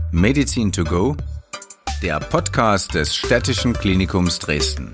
Medizin to go, der Podcast des Städtischen Klinikums Dresden.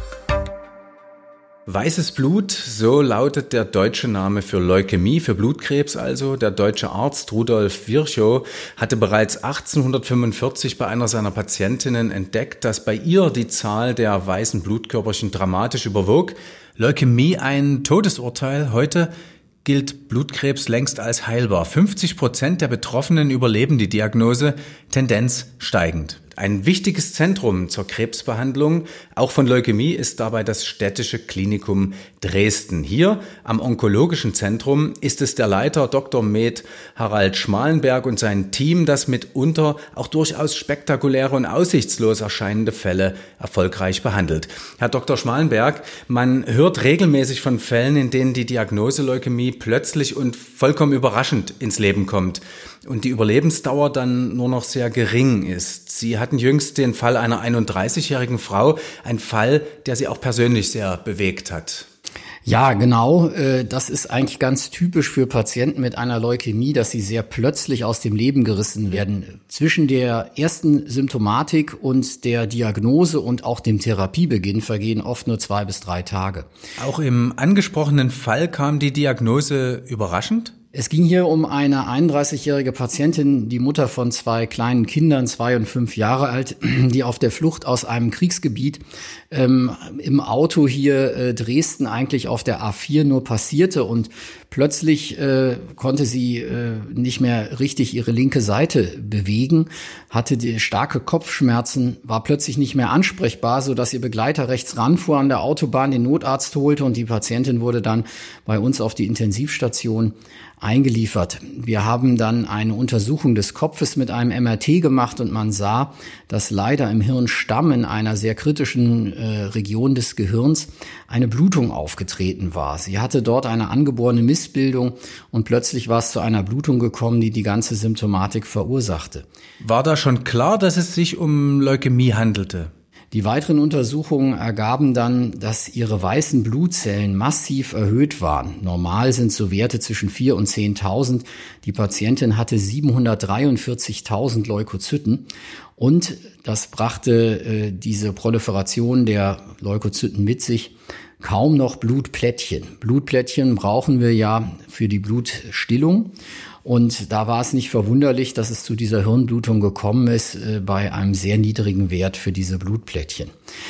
Weißes Blut, so lautet der deutsche Name für Leukämie, für Blutkrebs also. Der deutsche Arzt Rudolf Virchow hatte bereits 1845 bei einer seiner Patientinnen entdeckt, dass bei ihr die Zahl der weißen Blutkörperchen dramatisch überwog. Leukämie ein Todesurteil. Heute gilt Blutkrebs längst als heilbar. 50% der Betroffenen überleben die Diagnose, Tendenz steigend. Ein wichtiges Zentrum zur Krebsbehandlung, auch von Leukämie, ist dabei das Städtische Klinikum Dresden. Hier am Onkologischen Zentrum ist es der Leiter Dr. med. Harald Schmalenberg und sein Team, das mitunter auch durchaus spektakuläre und aussichtslos erscheinende Fälle erfolgreich behandelt. Herr Dr. Schmalenberg, man hört regelmäßig von Fällen, in denen die Diagnose Leukämie plötzlich und vollkommen überraschend ins Leben kommt und die Überlebensdauer dann nur noch sehr gering ist. Sie hatten jüngst den Fall einer 31-jährigen Frau, ein Fall, der Sie auch persönlich sehr bewegt hat. Ja, genau. Das ist eigentlich ganz typisch für Patienten mit einer Leukämie, dass sie sehr plötzlich aus dem Leben gerissen werden. Zwischen der ersten Symptomatik und der Diagnose und auch dem Therapiebeginn vergehen oft nur 2 bis 3 Tage. Auch im angesprochenen Fall kam die Diagnose überraschend? Es ging hier um eine 31-jährige Patientin, die Mutter von 2 kleinen Kindern, 2 und 5 Jahre alt, die auf der Flucht aus einem Kriegsgebiet im Auto hier Dresden eigentlich auf der A4 nur passierte und plötzlich konnte sie nicht mehr richtig ihre linke Seite bewegen, hatte die starke Kopfschmerzen, war plötzlich nicht mehr ansprechbar, sodass ihr Begleiter rechts ranfuhr an der Autobahn, den Notarzt holte und die Patientin wurde dann bei uns auf die Intensivstation eingeliefert. Wir haben dann eine Untersuchung des Kopfes mit einem MRT gemacht und man sah, dass leider im Hirnstamm in einer sehr kritischen Region des Gehirns eine Blutung aufgetreten war. Sie hatte dort eine angeborene Missbildung und plötzlich war es zu einer Blutung gekommen, die die ganze Symptomatik verursachte. War da schon klar, dass es sich um Leukämie handelte? Die weiteren Untersuchungen ergaben dann, dass ihre weißen Blutzellen massiv erhöht waren. Normal sind so Werte zwischen 4.000 und 10.000. Die Patientin hatte 743.000 Leukozyten und das brachte diese Proliferation der Leukozyten mit sich. Kaum noch Blutplättchen. Blutplättchen brauchen wir ja für die Blutstillung. Und da war es nicht verwunderlich, dass es zu dieser Hirnblutung gekommen ist bei einem sehr niedrigen Wert für diese Blutplättchen.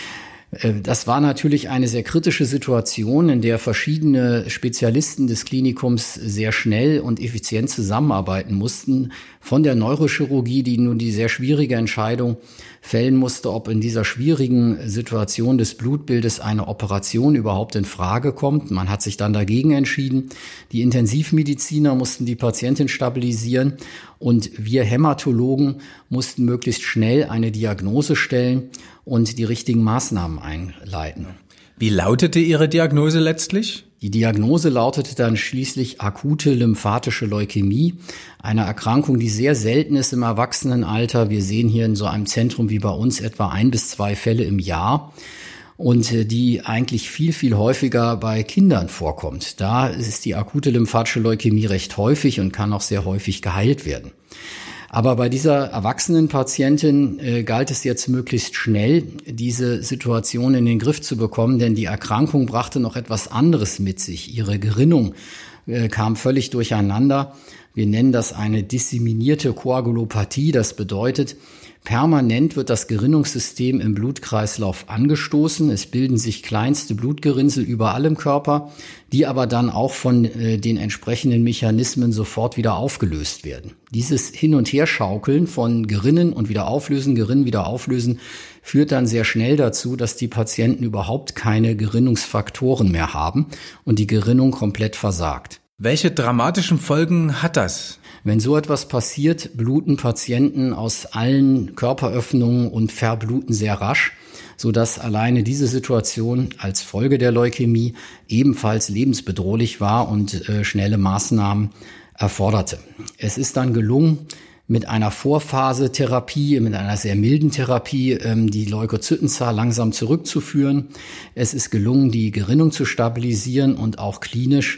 Das war natürlich eine sehr kritische Situation, in der verschiedene Spezialisten des Klinikums sehr schnell und effizient zusammenarbeiten mussten. Von der Neurochirurgie, die nun die sehr schwierige Entscheidung fällen musste, ob in dieser schwierigen Situation des Blutbildes eine Operation überhaupt in Frage kommt. Man hat sich dann dagegen entschieden. Die Intensivmediziner mussten die Patientin stabilisieren und wir Hämatologen mussten möglichst schnell eine Diagnose stellen und die richtigen Maßnahmen einleiten. Wie lautete Ihre Diagnose letztlich? Die Diagnose lautete dann schließlich akute lymphatische Leukämie, eine Erkrankung, die sehr selten ist im Erwachsenenalter. Wir sehen hier in so einem Zentrum wie bei uns etwa 1 bis 2 Fälle im Jahr und die eigentlich viel, viel häufiger bei Kindern vorkommt. Da ist die akute lymphatische Leukämie recht häufig und kann auch sehr häufig geheilt werden. Aber bei dieser erwachsenen Patientin galt es jetzt möglichst schnell, diese Situation in den Griff zu bekommen, denn die Erkrankung brachte noch etwas anderes mit sich. Ihre Gerinnung kam völlig durcheinander. Wir nennen das eine disseminierte Koagulopathie. Das bedeutet, permanent wird das Gerinnungssystem im Blutkreislauf angestoßen. Es bilden sich kleinste Blutgerinnsel überall im Körper, die aber dann auch von den entsprechenden Mechanismen sofort wieder aufgelöst werden. Dieses Hin- und Herschaukeln von Gerinnen und wieder auflösen, Gerinnen, wieder auflösen, führt dann sehr schnell dazu, dass die Patienten überhaupt keine Gerinnungsfaktoren mehr haben und die Gerinnung komplett versagt. Welche dramatischen Folgen hat das? Wenn so etwas passiert, bluten Patienten aus allen Körperöffnungen und verbluten sehr rasch, sodass alleine diese Situation als Folge der Leukämie ebenfalls lebensbedrohlich war und schnelle Maßnahmen erforderte. Es ist dann gelungen, mit einer Vorphase-Therapie, mit einer sehr milden Therapie, die Leukozytenzahl langsam zurückzuführen. Es ist gelungen, die Gerinnung zu stabilisieren und auch klinisch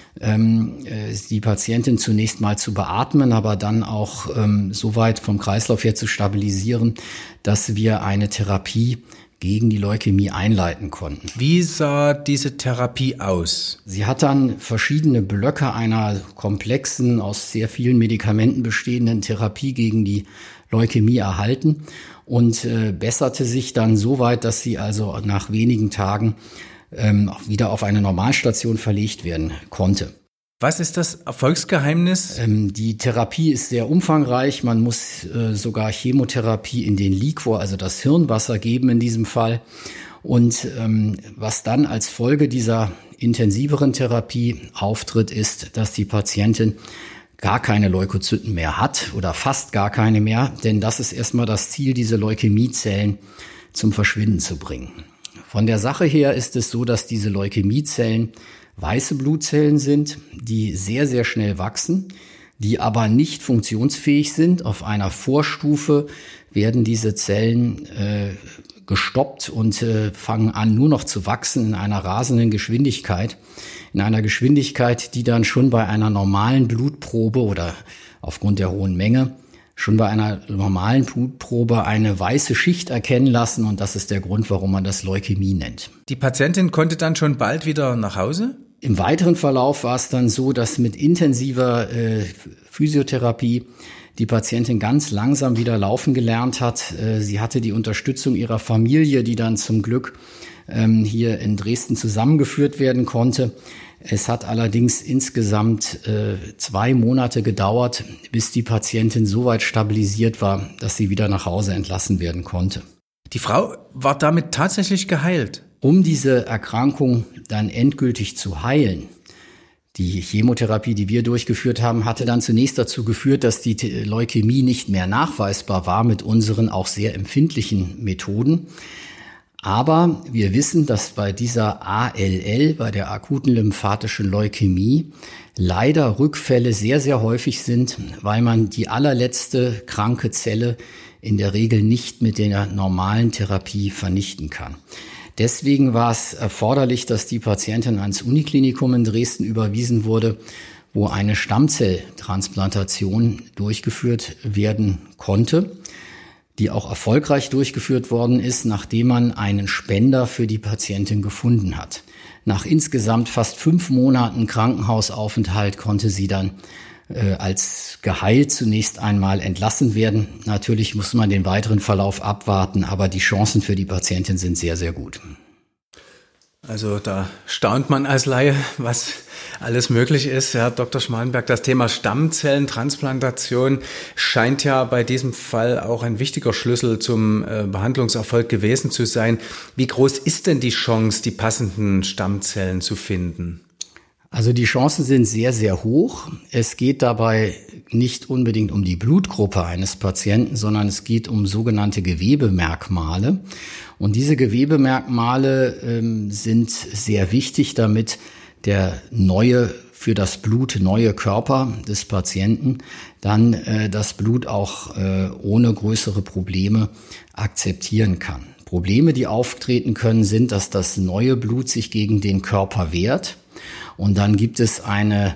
die Patientin zunächst mal zu beatmen, aber dann auch so weit vom Kreislauf her zu stabilisieren, dass wir eine Therapie gegen die Leukämie einleiten konnten. Wie sah diese Therapie aus? Sie hat dann verschiedene Blöcke einer komplexen, aus sehr vielen Medikamenten bestehenden Therapie gegen die Leukämie erhalten und besserte sich dann so weit, dass sie also nach wenigen Tagen wieder auf eine Normalstation verlegt werden konnte. Was ist das Erfolgsgeheimnis? Die Therapie ist sehr umfangreich. Man muss sogar Chemotherapie in den Liquor, also das Hirnwasser, geben in diesem Fall. Und was dann als Folge dieser intensiveren Therapie auftritt, ist, dass die Patientin gar keine Leukozyten mehr hat oder fast gar keine mehr. Denn das ist erstmal das Ziel, diese Leukämiezellen zum Verschwinden zu bringen. Von der Sache her ist es so, dass diese Leukämiezellen weiße Blutzellen sind, die sehr, sehr schnell wachsen, die aber nicht funktionsfähig sind. Auf einer Vorstufe werden diese Zellen gestoppt und fangen an, nur noch zu wachsen in einer rasenden Geschwindigkeit. In einer Geschwindigkeit, die dann schon bei einer normalen Blutprobe oder aufgrund der hohen Menge schon bei einer normalen Blutprobe eine weiße Schicht erkennen lassen. Und das ist der Grund, warum man das Leukämie nennt. Die Patientin konnte dann schon bald wieder nach Hause? Im weiteren Verlauf war es dann so, dass mit intensiver Physiotherapie die Patientin ganz langsam wieder laufen gelernt hat. Sie hatte die Unterstützung ihrer Familie, die dann zum Glück hier in Dresden zusammengeführt werden konnte. Es hat allerdings insgesamt 2 Monate gedauert, bis die Patientin so weit stabilisiert war, dass sie wieder nach Hause entlassen werden konnte. Die Frau war damit tatsächlich geheilt? Um diese Erkrankung dann endgültig zu heilen, die Chemotherapie, die wir durchgeführt haben, hatte dann zunächst dazu geführt, dass die Leukämie nicht mehr nachweisbar war mit unseren auch sehr empfindlichen Methoden. Aber wir wissen, dass bei dieser ALL, bei der akuten lymphatischen Leukämie, leider Rückfälle sehr, sehr häufig sind, weil man die allerletzte kranke Zelle in der Regel nicht mit der normalen Therapie vernichten kann. Deswegen war es erforderlich, dass die Patientin ans Uniklinikum in Dresden überwiesen wurde, wo eine Stammzelltransplantation durchgeführt werden konnte, die auch erfolgreich durchgeführt worden ist, nachdem man einen Spender für die Patientin gefunden hat. Nach insgesamt fast 5 Monaten Krankenhausaufenthalt konnte sie dann als geheilt zunächst einmal entlassen werden. Natürlich muss man den weiteren Verlauf abwarten, aber die Chancen für die Patientin sind sehr, sehr gut. Also da staunt man als Laie, was alles möglich ist. Herr Dr. Schmalenberg, das Thema Stammzellentransplantation scheint ja bei diesem Fall auch ein wichtiger Schlüssel zum Behandlungserfolg gewesen zu sein. Wie groß ist denn die Chance, die passenden Stammzellen zu finden? Also die Chancen sind sehr, sehr hoch. Es geht dabei nicht unbedingt um die Blutgruppe eines Patienten, sondern es geht um sogenannte Gewebemerkmale. Und diese Gewebemerkmale sind sehr wichtig, damit der für das Blut neue Körper des Patienten dann das Blut auch ohne größere Probleme akzeptieren kann. Probleme, die auftreten können, sind, dass das neue Blut sich gegen den Körper wehrt. Und dann gibt es eine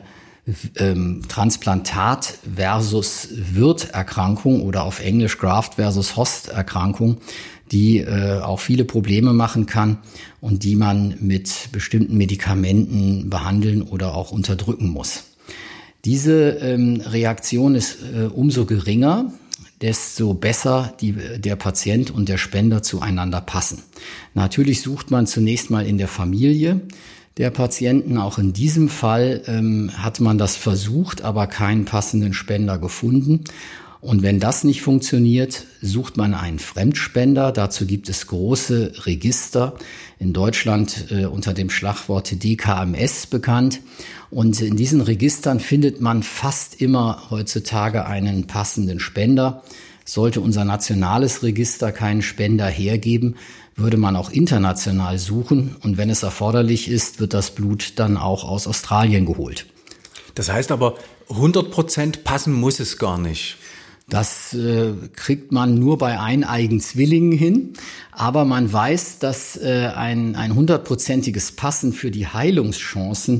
Transplantat versus Wirt-Erkrankung oder auf Englisch Graft versus Host-Erkrankung, die auch viele Probleme machen kann und die man mit bestimmten Medikamenten behandeln oder auch unterdrücken muss. Diese Reaktion ist umso geringer, desto besser der Patient und der Spender zueinander passen. Natürlich sucht man zunächst mal in der Familie der Patienten. Auch in diesem Fall hat man das versucht, aber keinen passenden Spender gefunden. Und wenn das nicht funktioniert, sucht man einen Fremdspender. Dazu gibt es große Register, in Deutschland unter dem Schlagwort DKMS bekannt. Und in diesen Registern findet man fast immer heutzutage einen passenden Spender. Sollte unser nationales Register keinen Spender hergeben, würde man auch international suchen. Und wenn es erforderlich ist, wird das Blut dann auch aus Australien geholt. Das heißt aber, 100% passen muss es gar nicht. Das kriegt man nur bei eineigen Zwillingen hin. Aber man weiß, dass ein 100%iges Passen für die Heilungschancen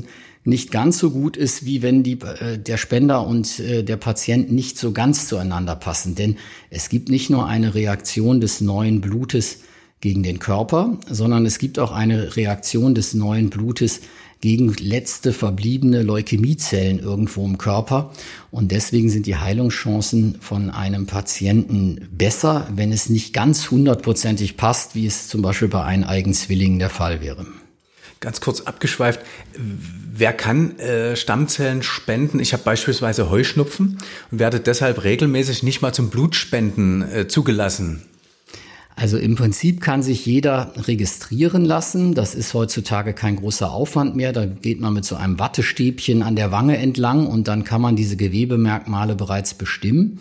nicht ganz so gut ist, wie wenn der Spender und der Patient nicht so ganz zueinander passen. Denn es gibt nicht nur eine Reaktion des neuen Blutes gegen den Körper, sondern es gibt auch eine Reaktion des neuen Blutes gegen letzte verbliebene Leukämiezellen irgendwo im Körper. Und deswegen sind die Heilungschancen von einem Patienten besser, wenn es nicht ganz 100%ig passt, wie es zum Beispiel bei eineigen Zwillingen der Fall wäre. Ganz kurz abgeschweift, wer kann Stammzellen spenden? Ich habe beispielsweise Heuschnupfen und werde deshalb regelmäßig nicht mal zum Blutspenden zugelassen. Also im Prinzip kann sich jeder registrieren lassen. Das ist heutzutage kein großer Aufwand mehr. Da geht man mit so einem Wattestäbchen an der Wange entlang und dann kann man diese Gewebemerkmale bereits bestimmen.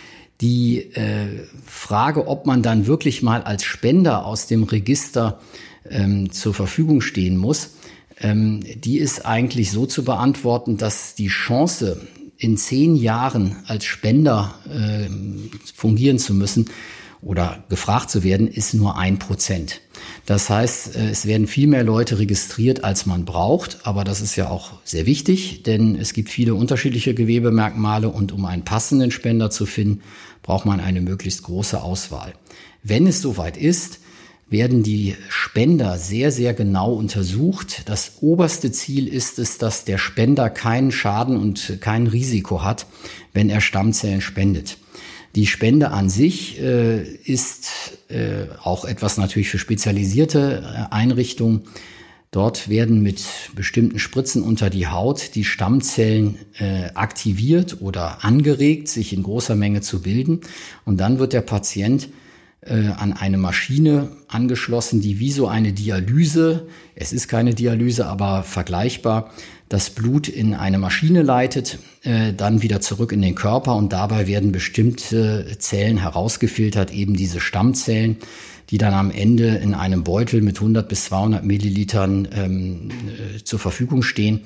Die Frage, ob man dann wirklich mal als Spender aus dem Register zur Verfügung stehen muss, die ist eigentlich so zu beantworten, dass die Chance, in 10 Jahren als Spender fungieren zu müssen oder gefragt zu werden, ist nur 1%. Das heißt, es werden viel mehr Leute registriert, als man braucht, aber das ist ja auch sehr wichtig, denn es gibt viele unterschiedliche Gewebemerkmale und um einen passenden Spender zu finden, braucht man eine möglichst große Auswahl. Wenn es soweit ist, werden die Spender sehr, sehr genau untersucht. Das oberste Ziel ist es, dass der Spender keinen Schaden und kein Risiko hat, wenn er Stammzellen spendet. Die Spende an sich ist auch etwas natürlich für spezialisierte Einrichtungen. Dort werden mit bestimmten Spritzen unter die Haut die Stammzellen aktiviert oder angeregt, sich in großer Menge zu bilden. Und dann wird der Patient an eine Maschine angeschlossen, die wie so eine Dialyse, es ist keine Dialyse, aber vergleichbar, das Blut in eine Maschine leitet, dann wieder zurück in den Körper und dabei werden bestimmte Zellen herausgefiltert, eben diese Stammzellen, die dann am Ende in einem Beutel mit 100 bis 200 Millilitern zur Verfügung stehen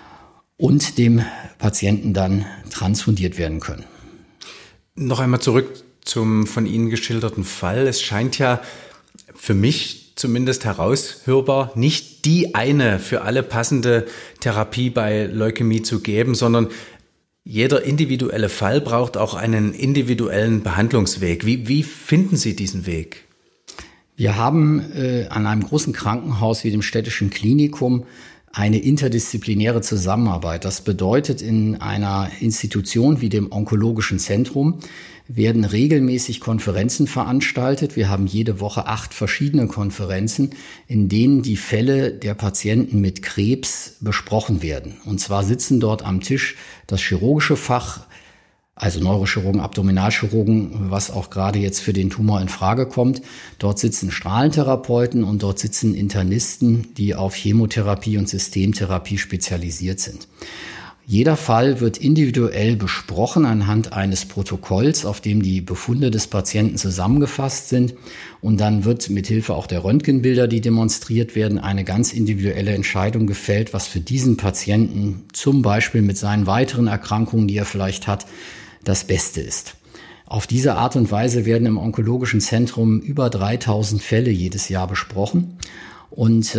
und dem Patienten dann transfundiert werden können. Noch einmal zurück zum von Ihnen geschilderten Fall. Es scheint ja für mich zumindest heraushörbar nicht die eine für alle passende Therapie bei Leukämie zu geben, sondern jeder individuelle Fall braucht auch einen individuellen Behandlungsweg. Wie finden Sie diesen Weg? Wir haben an einem großen Krankenhaus wie dem Städtischen Klinikum eine interdisziplinäre Zusammenarbeit. Das bedeutet, in einer Institution wie dem Onkologischen Zentrum werden regelmäßig Konferenzen veranstaltet. Wir haben jede Woche 8 verschiedene Konferenzen, in denen die Fälle der Patienten mit Krebs besprochen werden. Und zwar sitzen dort am Tisch das chirurgische Fach, also Neurochirurgen, Abdominalchirurgen, was auch gerade jetzt für den Tumor in Frage kommt. Dort sitzen Strahlentherapeuten und dort sitzen Internisten, die auf Chemotherapie und Systemtherapie spezialisiert sind. Jeder Fall wird individuell besprochen anhand eines Protokolls, auf dem die Befunde des Patienten zusammengefasst sind. Und dann wird mithilfe auch der Röntgenbilder, die demonstriert werden, eine ganz individuelle Entscheidung gefällt, was für diesen Patienten zum Beispiel mit seinen weiteren Erkrankungen, die er vielleicht hat, das Beste ist. Auf diese Art und Weise werden im Onkologischen Zentrum über 3000 Fälle jedes Jahr besprochen. Und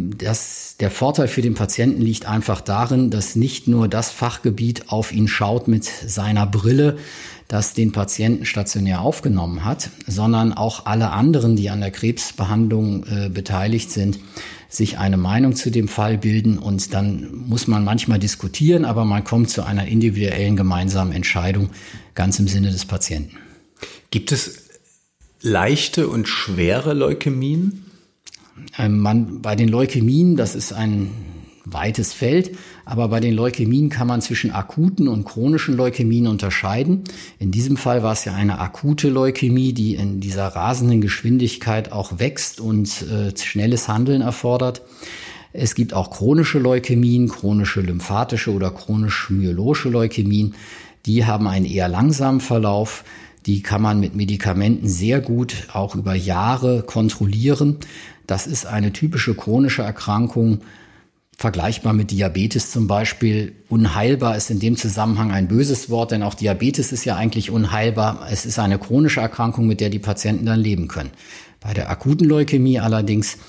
der Vorteil für den Patienten liegt einfach darin, dass nicht nur das Fachgebiet auf ihn schaut mit seiner Brille, das den Patienten stationär aufgenommen hat, sondern auch alle anderen, die an der Krebsbehandlung beteiligt sind, sich eine Meinung zu dem Fall bilden. Und dann muss man manchmal diskutieren, aber man kommt zu einer individuellen gemeinsamen Entscheidung, ganz im Sinne des Patienten. Gibt es leichte und schwere Leukämien? Bei den Leukämien, das ist ein weites Feld, aber bei den Leukämien kann man zwischen akuten und chronischen Leukämien unterscheiden. In diesem Fall war es ja eine akute Leukämie, die in dieser rasenden Geschwindigkeit auch wächst und schnelles Handeln erfordert. Es gibt auch chronische Leukämien, chronische lymphatische oder chronisch myeloische Leukämien. Die haben einen eher langsamen Verlauf. Die kann man mit Medikamenten sehr gut auch über Jahre kontrollieren. Das ist eine typische chronische Erkrankung, vergleichbar mit Diabetes zum Beispiel. Unheilbar ist in dem Zusammenhang ein böses Wort, denn auch Diabetes ist ja eigentlich unheilbar. Es ist eine chronische Erkrankung, mit der die Patienten dann leben können. Bei der akuten Leukämie allerdings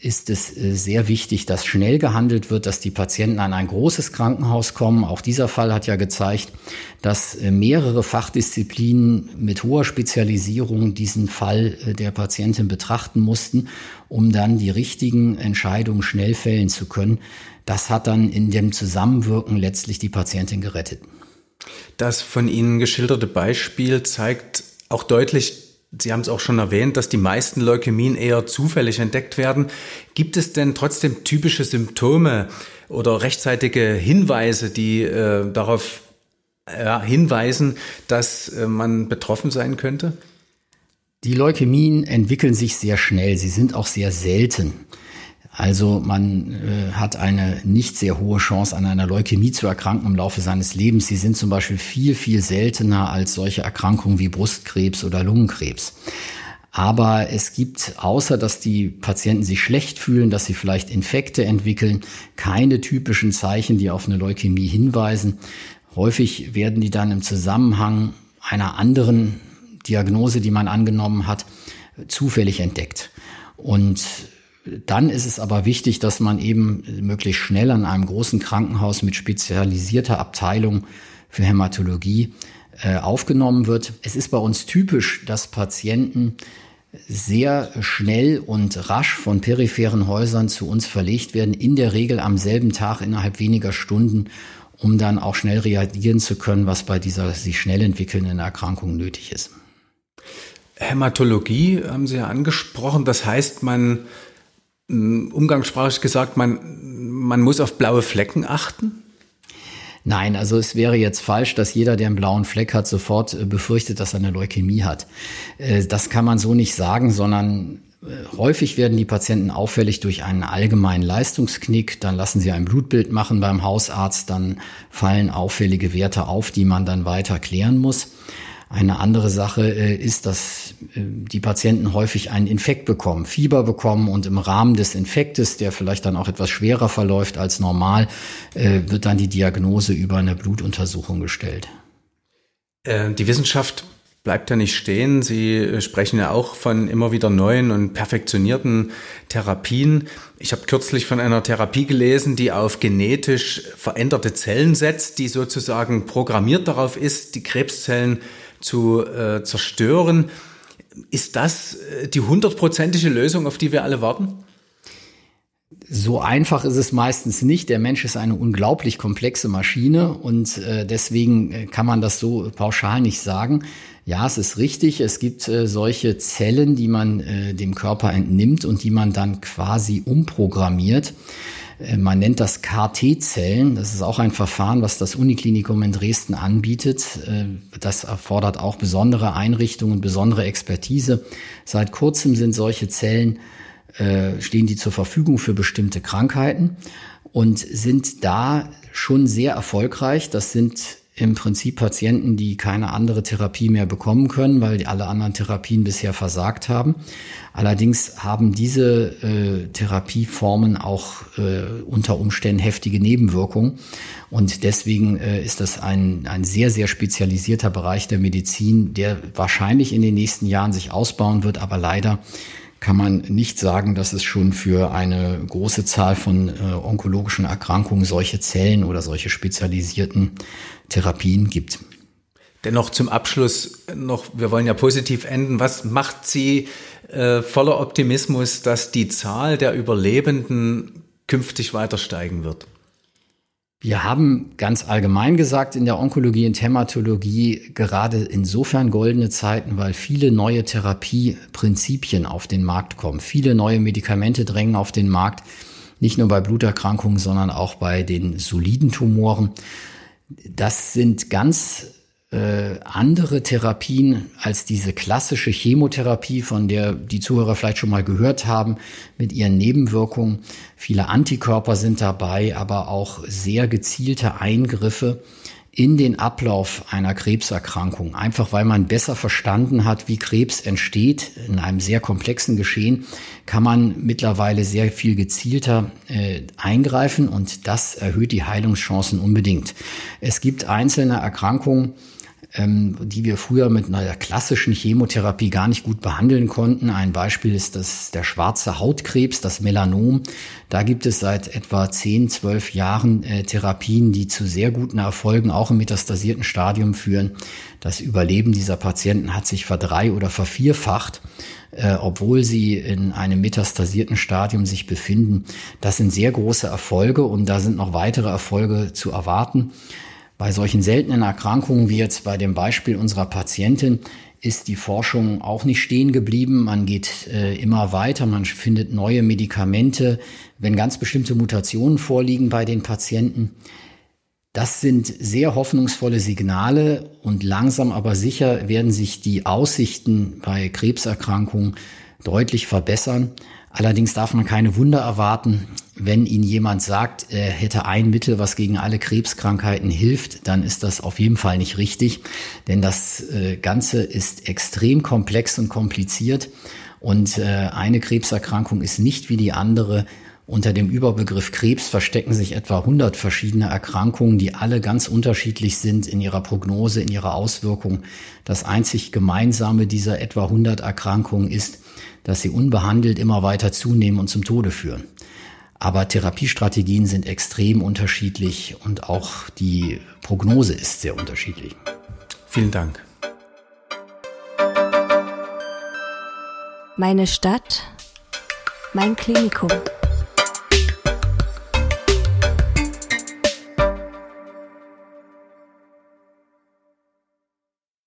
ist es sehr wichtig, dass schnell gehandelt wird, dass die Patienten an ein großes Krankenhaus kommen. Auch dieser Fall hat ja gezeigt, dass mehrere Fachdisziplinen mit hoher Spezialisierung diesen Fall der Patientin betrachten mussten, um dann die richtigen Entscheidungen schnell fällen zu können. Das hat dann in dem Zusammenwirken letztlich die Patientin gerettet. Das von Ihnen geschilderte Beispiel zeigt auch deutlich, Sie haben es auch schon erwähnt, dass die meisten Leukämien eher zufällig entdeckt werden. Gibt es denn trotzdem typische Symptome oder rechtzeitige Hinweise, die darauf hinweisen, dass man betroffen sein könnte? Die Leukämien entwickeln sich sehr schnell. Sie sind auch sehr selten. Also man hat eine nicht sehr hohe Chance, an einer Leukämie zu erkranken im Laufe seines Lebens. Sie sind zum Beispiel viel, viel seltener als solche Erkrankungen wie Brustkrebs oder Lungenkrebs. Aber es gibt, außer dass die Patienten sich schlecht fühlen, dass sie vielleicht Infekte entwickeln, keine typischen Zeichen, die auf eine Leukämie hinweisen. Häufig werden die dann im Zusammenhang einer anderen Diagnose, die man angenommen hat, zufällig entdeckt. Und dann ist es aber wichtig, dass man eben möglichst schnell an einem großen Krankenhaus mit spezialisierter Abteilung für Hämatologie aufgenommen wird. Es ist bei uns typisch, dass Patienten sehr schnell und rasch von peripheren Häusern zu uns verlegt werden, in der Regel am selben Tag innerhalb weniger Stunden, um dann auch schnell reagieren zu können, was bei dieser sich schnell entwickelnden Erkrankung nötig ist. Hämatologie haben Sie ja angesprochen. Das heißt, umgangssprachlich gesagt, man muss auf blaue Flecken achten? Nein, also es wäre jetzt falsch, dass jeder, der einen blauen Fleck hat, sofort befürchtet, dass er eine Leukämie hat. Das kann man so nicht sagen, sondern häufig werden die Patienten auffällig durch einen allgemeinen Leistungsknick. Dann lassen sie ein Blutbild machen beim Hausarzt, dann fallen auffällige Werte auf, die man dann weiter klären muss. Eine andere Sache ist, dass die Patienten häufig einen Infekt bekommen, Fieber bekommen und im Rahmen des Infektes, der vielleicht dann auch etwas schwerer verläuft als normal, wird dann die Diagnose über eine Blutuntersuchung gestellt. Die Wissenschaft bleibt ja nicht stehen. Sie sprechen ja auch von immer wieder neuen und perfektionierten Therapien. Ich habe kürzlich von einer Therapie gelesen, die auf genetisch veränderte Zellen setzt, die sozusagen programmiert darauf ist, die Krebszellen zu zerstören. Ist das die 100%ige Lösung, auf die wir alle warten? So einfach ist es meistens nicht. Der Mensch ist eine unglaublich komplexe Maschine und deswegen kann man das so pauschal nicht sagen. Ja, es ist richtig. Es gibt solche Zellen, die man dem Körper entnimmt und die man dann quasi umprogrammiert. Man nennt das CAR-T-Zellen. Das ist auch ein Verfahren, was das Uniklinikum in Dresden anbietet. Das erfordert auch besondere Einrichtungen, besondere Expertise. Seit kurzem sind solche Zellen, stehen die zur Verfügung für bestimmte Krankheiten und sind da schon sehr erfolgreich. Das sind im Prinzip Patienten, die keine andere Therapie mehr bekommen können, weil alle anderen Therapien bisher versagt haben. Allerdings haben diese Therapieformen auch unter Umständen heftige Nebenwirkungen. Und deswegen ist das ein sehr, sehr spezialisierter Bereich der Medizin, der wahrscheinlich in den nächsten Jahren sich ausbauen wird. Aber leider kann man nicht sagen, dass es schon für eine große Zahl von onkologischen Erkrankungen solche Zellen oder solche spezialisierten Therapien gibt. Dennoch zum Abschluss noch, wir wollen ja positiv enden. Was macht Sie voller Optimismus, dass die Zahl der Überlebenden künftig weiter steigen wird? Wir haben ganz allgemein gesagt in der Onkologie und Hämatologie gerade insofern goldene Zeiten, weil viele neue Therapieprinzipien auf den Markt kommen. Viele neue Medikamente drängen auf den Markt, nicht nur bei Bluterkrankungen, sondern auch bei den soliden Tumoren. Das sind ganz andere Therapien als diese klassische Chemotherapie, von der die Zuhörer vielleicht schon mal gehört haben, mit ihren Nebenwirkungen. Viele Antikörper sind dabei, aber auch sehr gezielte Eingriffe in den Ablauf einer Krebserkrankung. Einfach weil man besser verstanden hat, wie Krebs entsteht in einem sehr komplexen Geschehen, kann man mittlerweile sehr viel gezielter eingreifen und das erhöht die Heilungschancen unbedingt. Es gibt einzelne Erkrankungen, die wir früher mit einer klassischen Chemotherapie gar nicht gut behandeln konnten. Ein Beispiel ist der schwarze Hautkrebs, das Melanom. Da gibt es seit etwa 10, 12 Jahren Therapien, die zu sehr guten Erfolgen auch im metastasierten Stadium führen. Das Überleben dieser Patienten hat sich verdrei- oder vervierfacht, obwohl sie in einem metastasierten Stadium sich befinden. Das sind sehr große Erfolge und da sind noch weitere Erfolge zu erwarten. Bei solchen seltenen Erkrankungen wie jetzt bei dem Beispiel unserer Patientin ist die Forschung auch nicht stehen geblieben. Man geht immer weiter, man findet neue Medikamente, wenn ganz bestimmte Mutationen vorliegen bei den Patienten. Das sind sehr hoffnungsvolle Signale und langsam aber sicher werden sich die Aussichten bei Krebserkrankungen deutlich verbessern. Allerdings darf man keine Wunder erwarten. Wenn Ihnen jemand sagt, er hätte ein Mittel, was gegen alle Krebskrankheiten hilft, dann ist das auf jeden Fall nicht richtig. Denn das Ganze ist extrem komplex und kompliziert. Und eine Krebserkrankung ist nicht wie die andere. Unter dem Überbegriff Krebs verstecken sich etwa 100 verschiedene Erkrankungen, die alle ganz unterschiedlich sind in ihrer Prognose, in ihrer Auswirkung. Das einzig Gemeinsame dieser etwa 100 Erkrankungen ist, dass sie unbehandelt immer weiter zunehmen und zum Tode führen. Aber Therapiestrategien sind extrem unterschiedlich und auch die Prognose ist sehr unterschiedlich. Vielen Dank. Meine Stadt, mein Klinikum.